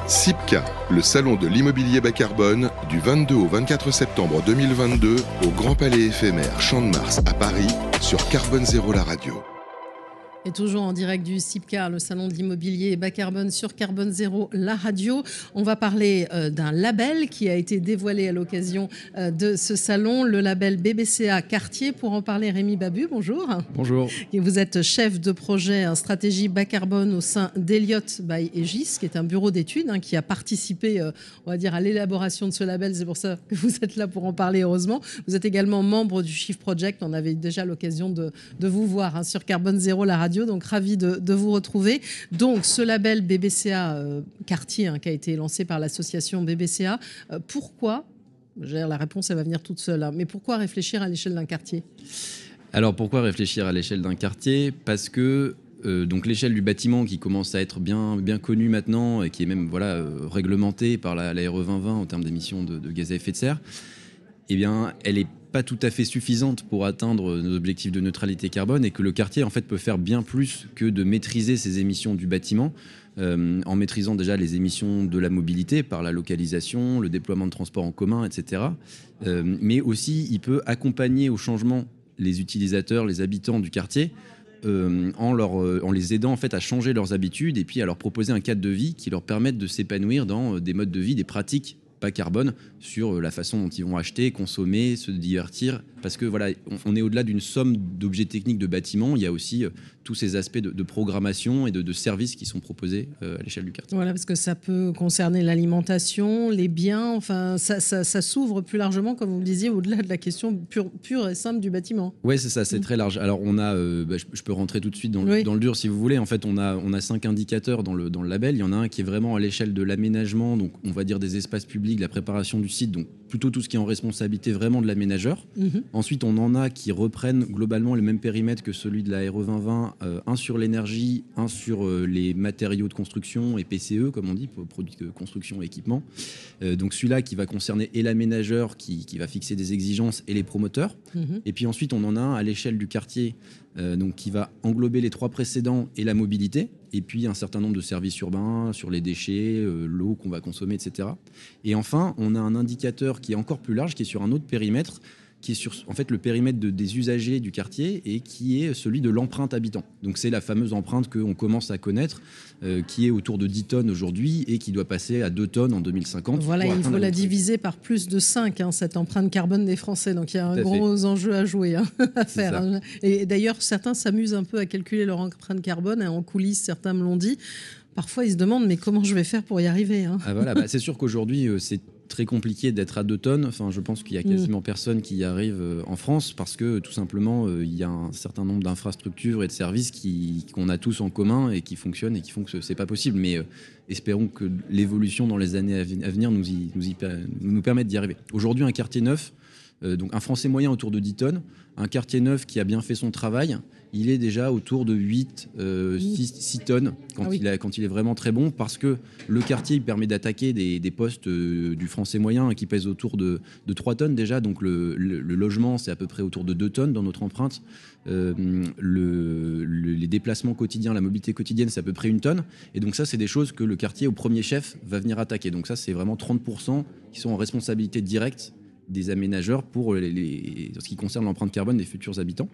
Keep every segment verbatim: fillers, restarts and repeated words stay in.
SIPCA, le salon de l'immobilier bas carbone, du vingt-deux au vingt-quatre septembre deux mille vingt-deux, au Grand Palais éphémère Champ de Mars à Paris, sur Carbone Zéro la radio. Et toujours en direct du SIPCA, le salon de l'immobilier bas carbone sur Carbone Zéro, la radio. On va parler euh, d'un label qui a été dévoilé à l'occasion euh, de ce salon, le label B B C A Quartier. Pour en parler, Rémi Babu, bonjour. Bonjour. Et vous êtes chef de projet en stratégie bas carbone au sein d'Elliott by Egis, qui est un bureau d'études hein, qui a participé, euh, on va dire, à l'élaboration de ce label. C'est pour ça que vous êtes là pour en parler, heureusement. Vous êtes également membre du Shift Project. On avait déjà l'occasion de, de vous voir hein, sur Carbone Zéro, la radio. Donc ravi de, de vous retrouver. Donc ce label B B C A euh, Quartier hein, qui a été lancé par l'association B B C A, euh, pourquoi, la réponse elle va venir toute seule, hein, mais pourquoi réfléchir à l'échelle d'un quartier ? Alors pourquoi réfléchir à l'échelle d'un quartier ? Parce que euh, donc l'échelle du bâtiment qui commence à être bien, bien connue maintenant et qui est même voilà, euh, réglementée par la, la R E vingt vingt en termes d'émissions de, de gaz à effet de serre, eh bien elle est pas tout à fait suffisante pour atteindre nos objectifs de neutralité carbone et que le quartier en fait peut faire bien plus que de maîtriser ces émissions du bâtiment euh, en maîtrisant déjà les émissions de la mobilité par la localisation, le déploiement de transports en commun, et cetera. Euh, mais aussi il peut accompagner au changement les utilisateurs, les habitants du quartier euh, en, leur, euh, en les aidant en fait à changer leurs habitudes et puis à leur proposer un cadre de vie qui leur permette de s'épanouir dans des modes de vie, des pratiques bas carbone sur la façon dont ils vont acheter, consommer, se divertir. Parce que voilà, on est au-delà d'une somme d'objets techniques de bâtiments. Il y a aussi euh, tous ces aspects de, de programmation et de, de services qui sont proposés euh, à l'échelle du quartier. Voilà, parce que ça peut concerner l'alimentation, les biens. Enfin, ça, ça, ça s'ouvre plus largement, comme vous le disiez, au-delà de la question pure, pure et simple du bâtiment. Oui, c'est ça, c'est mmh. très large. Alors, on a, euh, bah, je, je peux rentrer tout de suite dans le, oui. dans le dur si vous voulez. En fait, on a, on a cinq indicateurs dans le, dans le label. Il y en a un qui est vraiment à l'échelle de l'aménagement, donc on va dire des espaces publics, de la préparation du site, donc plutôt tout ce qui est en responsabilité vraiment de l'aménageur. Mmh. Ensuite, on en a qui reprennent globalement le même périmètre que celui de la R E vingt vingt, euh, un sur l'énergie, un sur euh, les matériaux de construction et P C E, comme on dit, produits de construction et équipement. Euh, donc celui-là qui va concerner et l'aménageur qui, qui va fixer des exigences et les promoteurs. Mmh. Et puis ensuite, on en a un à l'échelle du quartier euh, donc, qui va englober les trois précédents et la mobilité. Et puis un certain nombre de services urbains sur les déchets, euh, l'eau qu'on va consommer, et cetera. Et enfin, on a un indicateur qui est encore plus large, qui est sur un autre périmètre, qui est sur en fait le périmètre de, des usagers du quartier et qui est celui de l'empreinte habitant. Donc c'est la fameuse empreinte qu'on commence à connaître, euh, qui est autour de dix tonnes aujourd'hui et qui doit passer à deux tonnes en deux mille cinquante. Voilà, il faut la diviser par plus de cinq, hein, cette empreinte carbone des Français. Donc il y a un gros fait. enjeu à jouer, hein, à faire. Hein. Et d'ailleurs, certains s'amusent un peu à calculer leur empreinte carbone. Hein, en coulisses, certains me l'ont dit. Parfois, ils se demandent, mais comment je vais faire pour y arriver hein. Ah voilà, bah, c'est sûr qu'aujourd'hui, euh, c'est très compliqué d'être à deux tonnes. Enfin, je pense qu'il y a quasiment mmh. personne qui y arrive euh, en France parce que tout simplement, euh, il y a un certain nombre d'infrastructures et de services qui, qu'on a tous en commun et qui fonctionnent et qui font que c'est pas possible. Mais euh, espérons que l'évolution dans les années à venir nous, y, nous, y, nous permette d'y arriver. Aujourd'hui, un quartier neuf, euh, donc un Français moyen autour de dix tonnes, un quartier neuf qui a bien fait son travail, il est déjà autour de huit, euh, six, six tonnes quand, ah oui. il a, quand il est vraiment très bon parce que le quartier il permet d'attaquer des, des postes euh, du Français moyen qui pèsent autour de, de trois tonnes déjà. Donc le, le, le logement, c'est à peu près autour de deux tonnes dans notre empreinte. Euh, le, le, les déplacements quotidiens, la mobilité quotidienne, c'est à peu près une tonne. Et donc ça, c'est des choses que le quartier au premier chef va venir attaquer. Donc ça, c'est vraiment trente pour cent qui sont en responsabilité directe des aménageurs pour les, les, ce qui concerne l'empreinte carbone des futurs habitants.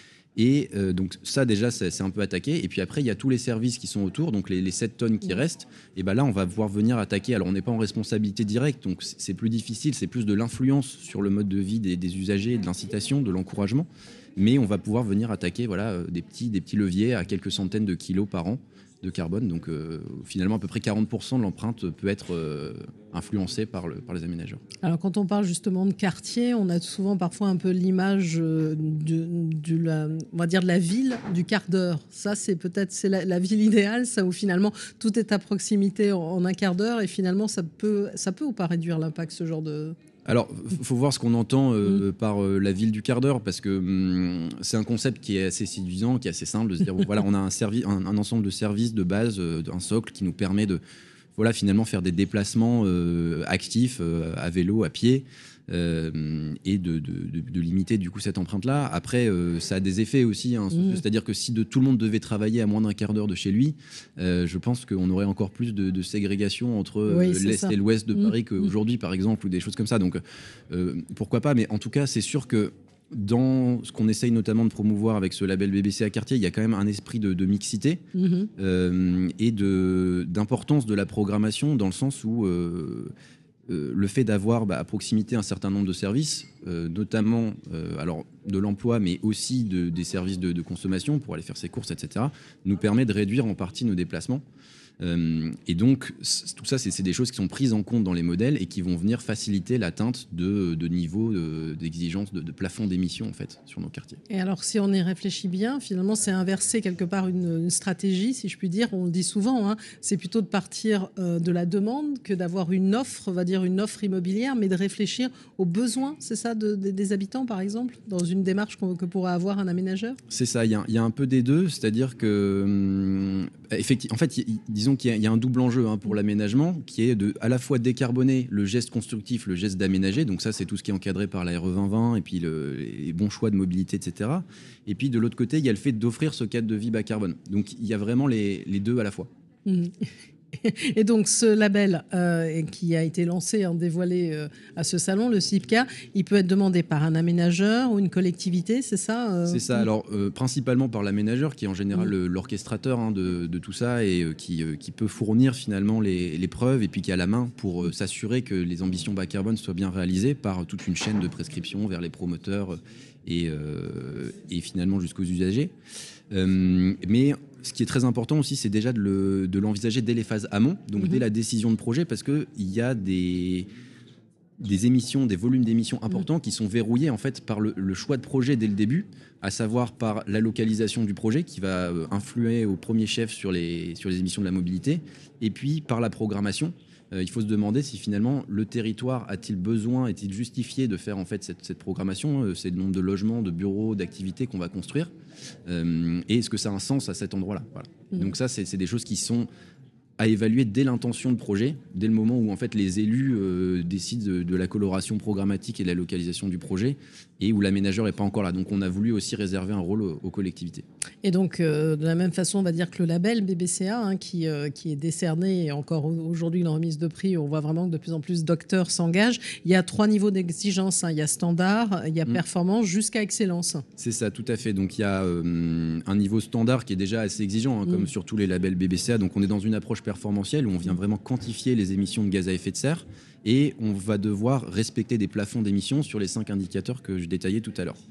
Et euh, donc ça déjà c'est, c'est un peu attaqué. Et puis après il y a tous les services qui sont autour, donc les, les sept tonnes qui restent. Et ben là on va pouvoir venir attaquer. Alors on n'est pas en responsabilité directe, donc c'est, c'est plus difficile, c'est plus de l'influence sur le mode de vie des, des usagers, de l'incitation, de l'encouragement. Mais on va pouvoir venir attaquer voilà, des, petits, des petits leviers à quelques centaines de kilos par an de carbone. Donc euh, finalement à peu près quarante pour cent de l'empreinte peut être euh, influencée par, le, par les aménageurs. Alors quand on parle justement de quartier, on a souvent parfois un peu l'image de, de, la, on va dire de la ville du quart d'heure. Ça c'est peut-être c'est la, la ville idéale, ça où finalement tout est à proximité en, en un quart d'heure et finalement ça peut, ça peut ou pas réduire l'impact ce genre de... Alors, il faut voir ce qu'on entend euh, mmh. par euh, la ville du quart d'heure, parce que hum, c'est un concept qui est assez séduisant, qui est assez simple, de se dire, bon, voilà, on a un, servi- un, un ensemble de services de base, euh, un socle qui nous permet de, voilà, finalement faire des déplacements euh, actifs euh, à vélo, à pied. Euh, et de, de, de, de limiter du coup cette empreinte-là. Après, euh, ça a des effets aussi, hein, mmh. c'est-à-dire que si de, tout le monde devait travailler à moins d'un quart d'heure de chez lui, euh, je pense qu'on aurait encore plus de, de ségrégation entre oui, l'Est ça. et l'Ouest de mmh. Paris qu'aujourd'hui, mmh. par exemple, ou des choses comme ça. Donc, euh, pourquoi pas, mais en tout cas, c'est sûr que dans ce qu'on essaye notamment de promouvoir avec ce label B B C A Quartier, il y a quand même un esprit de, de mixité mmh. euh, et de, d'importance de la programmation, dans le sens où... Euh, Euh, le fait d'avoir bah, à proximité un certain nombre de services, euh, notamment euh, alors, de l'emploi, mais aussi de, des services de, de consommation pour aller faire ses courses, et cetera, nous permet de réduire en partie nos déplacements. Euh, et donc, tout ça, c'est, c'est des choses qui sont prises en compte dans les modèles et qui vont venir faciliter l'atteinte de, de niveaux de, d'exigence, de, de plafond d'émissions, en fait, sur nos quartiers. Et alors, si on y réfléchit bien, finalement, c'est inverser quelque part une, une stratégie, si je puis dire. On le dit souvent, hein, c'est plutôt de partir euh, de la demande que d'avoir une offre, on va dire une offre immobilière, mais de réfléchir aux besoins, c'est ça, de, de, des habitants, par exemple, dans une démarche que pourrait avoir un aménageur ? C'est ça, il y, y a un peu des deux, c'est-à-dire que, hum, effectivement, en fait, y, disons qu'il y a, y a un double enjeu hein, pour l'aménagement, qui est de à la fois décarboner le geste constructif, le geste d'aménager, donc ça c'est tout ce qui est encadré par la R E vingt vingt et puis le, les bons choix de mobilité, et cetera. Et puis de l'autre côté, il y a le fait d'offrir ce cadre de vie bas carbone. Donc il y a vraiment les, les deux à la fois. Mmh. Et donc ce label euh, qui a été lancé, hein, dévoilé euh, à ce salon, le SIPCA, il peut être demandé par un aménageur ou une collectivité, c'est ça euh... C'est ça, alors euh, principalement par l'aménageur qui est en général mmh. l'orchestrateur hein, de, de tout ça et euh, qui, euh, qui peut fournir finalement les, les preuves et puis qui a la main pour euh, s'assurer que les ambitions bas carbone soient bien réalisées par toute une chaîne de prescription vers les promoteurs et, euh, et finalement jusqu'aux usagers. Euh, mais ce qui est très important aussi, c'est déjà de, le, de l'envisager dès les phases amont, donc mmh. dès la décision de projet, parce qu'il y a des, des émissions, des volumes d'émissions importants mmh. qui sont verrouillés en fait, par le, le choix de projet dès le début, à savoir par la localisation du projet qui va euh, influer au premier chef sur les, sur les émissions de la mobilité, et puis par la programmation. Euh, il faut se demander si finalement le territoire a-t-il besoin, est-il justifié de faire en fait cette, cette programmation, euh, c'est le nombre de logements, de bureaux, d'activités qu'on va construire, euh, et est-ce que ça a un sens à cet endroit-là voilà. Mmh. Donc ça, c'est, c'est des choses qui sont à évaluer dès l'intention de projet, dès le moment où en fait les élus euh, décident de, de la coloration programmatique et de la localisation du projet et où l'aménageur n'est pas encore là. Donc on a voulu aussi réserver un rôle aux, aux collectivités. Et donc euh, de la même façon, on va dire que le label B B C A hein, qui, euh, qui est décerné et encore aujourd'hui en remise de prix, on voit vraiment que de plus en plus d'acteurs s'engagent. Il y a trois niveaux d'exigence, hein. Il y a standard, il y a mmh. performance jusqu'à excellence. C'est ça, tout à fait. Donc il y a euh, un niveau standard qui est déjà assez exigeant, hein, mmh. comme sur tous les labels B B C A. Donc on est dans une approche performantielle où on vient vraiment quantifier les émissions de gaz à effet de serre et on va devoir respecter des plafonds d'émissions sur les cinq indicateurs que je détaillais tout à l'heure.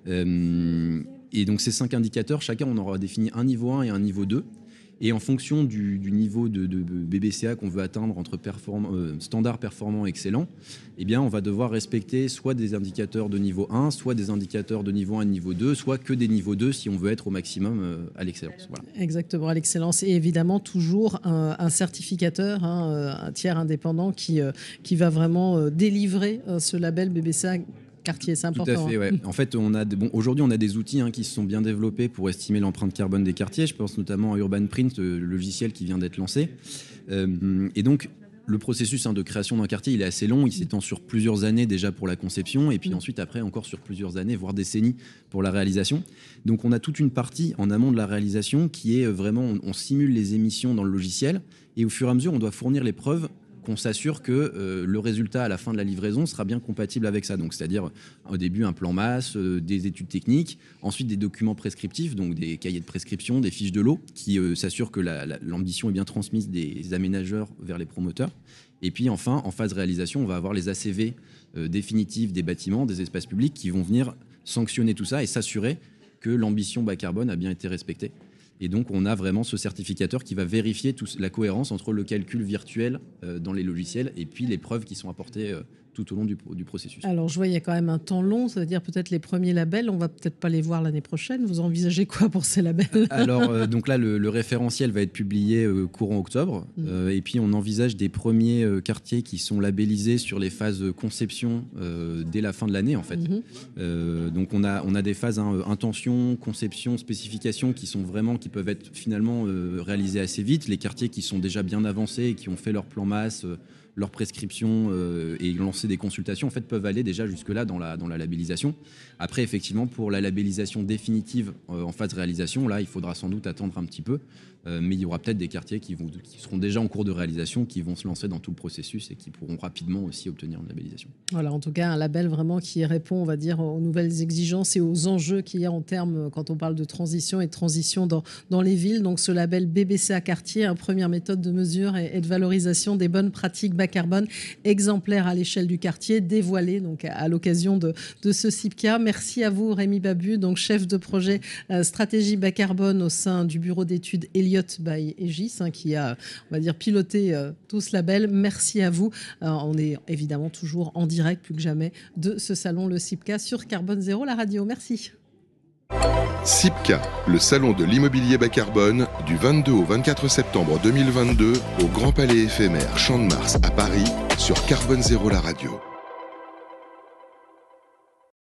Euh, et donc ces cinq indicateurs, chacun on aura défini un niveau un et un niveau deux. Et en fonction du, du niveau de, de B B C A qu'on veut atteindre entre perform- euh, standard, performant, excellent, eh bien, on va devoir respecter soit des indicateurs de niveau un, soit des indicateurs de niveau un et niveau deux, soit que des niveaux deux si on veut être au maximum euh, à l'excellence. Voilà. Exactement, à l'excellence. Et évidemment, toujours un, un certificateur, hein, un tiers indépendant qui, euh, qui va vraiment euh, délivrer euh, ce label B B C A Quartier, c'est important. Tout à fait, ouais. En fait, on a des, bon, aujourd'hui, on a des outils hein, qui se sont bien développés pour estimer l'empreinte carbone des quartiers. Je pense notamment à Urban Print, le logiciel qui vient d'être lancé. Euh, et donc, le processus hein, de création d'un quartier, il est assez long. Il s'étend sur plusieurs années déjà pour la conception, et puis mmh. ensuite, après, encore sur plusieurs années, voire décennies pour la réalisation. Donc, on a toute une partie en amont de la réalisation qui est vraiment, on, on simule les émissions dans le logiciel, et au fur et à mesure, on doit fournir les preuves qu'on s'assure que euh, le résultat à la fin de la livraison sera bien compatible avec ça. Donc, c'est-à-dire au début un plan masse, euh, des études techniques, ensuite des documents prescriptifs, donc des cahiers de prescription, des fiches de lot qui euh, s'assurent que la, la, l'ambition est bien transmise des aménageurs vers les promoteurs. Et puis enfin, en phase réalisation, on va avoir les A C V euh, définitifs des bâtiments, des espaces publics qui vont venir sanctionner tout ça et s'assurer que l'ambition bas carbone a bien été respectée. Et donc, on a vraiment ce certificateur qui va vérifier tout, la cohérence entre le calcul virtuel euh, dans les logiciels et puis les preuves qui sont apportées euh, tout au long du, du processus. Alors, je vois, il y a quand même un temps long, ça veut dire peut-être les premiers labels, on va peut-être pas les voir l'année prochaine. Vous envisagez quoi pour ces labels? Alors, euh, donc là, le, le référentiel va être publié euh, courant octobre, mmh. euh, et puis on envisage des premiers euh, quartiers qui sont labellisés sur les phases conception euh, dès la fin de l'année, en fait. Mmh. Euh, donc, on a, on a des phases hein, intention, conception, spécification qui sont vraiment, qui peuvent être finalement euh, réalisées assez vite. Les quartiers qui sont déjà bien avancés et qui ont fait leur plan masse, euh, leur prescription euh, et lancer des consultations, en fait, peuvent aller déjà jusque-là dans la, dans la labellisation. Après, effectivement, pour la labellisation définitive euh, en phase réalisation, là, il faudra sans doute attendre un petit peu, euh, mais il y aura peut-être des quartiers qui, vont, qui seront déjà en cours de réalisation, qui vont se lancer dans tout le processus et qui pourront rapidement aussi obtenir une labellisation. Voilà, en tout cas, un label vraiment qui répond, on va dire, aux nouvelles exigences et aux enjeux qu'il y a en termes, quand on parle de transition et de transition dans, dans les villes. Donc, ce label B B C A Quartier, une première méthode de mesure et, et de valorisation des bonnes pratiques bas carbone, exemplaire à l'échelle du quartier, dévoilé donc à, à l'occasion de, de ce CIPCA. Merci à vous, Rémi Babu, donc chef de projet euh, stratégie bas carbone au sein du bureau d'études Elliott by Egis, hein, qui a, on va dire, piloté euh, tout ce label. Merci à vous. Euh, on est évidemment toujours en direct, plus que jamais, de ce salon, le CIPCA, sur Carbone Zéro, la radio. Merci. CIPCA, le salon de l'immobilier bas carbone, du vingt-deux au vingt-quatre septembre deux mille vingt-deux, au Grand Palais éphémère Champ de Mars à Paris, sur Carbone Zéro, la radio.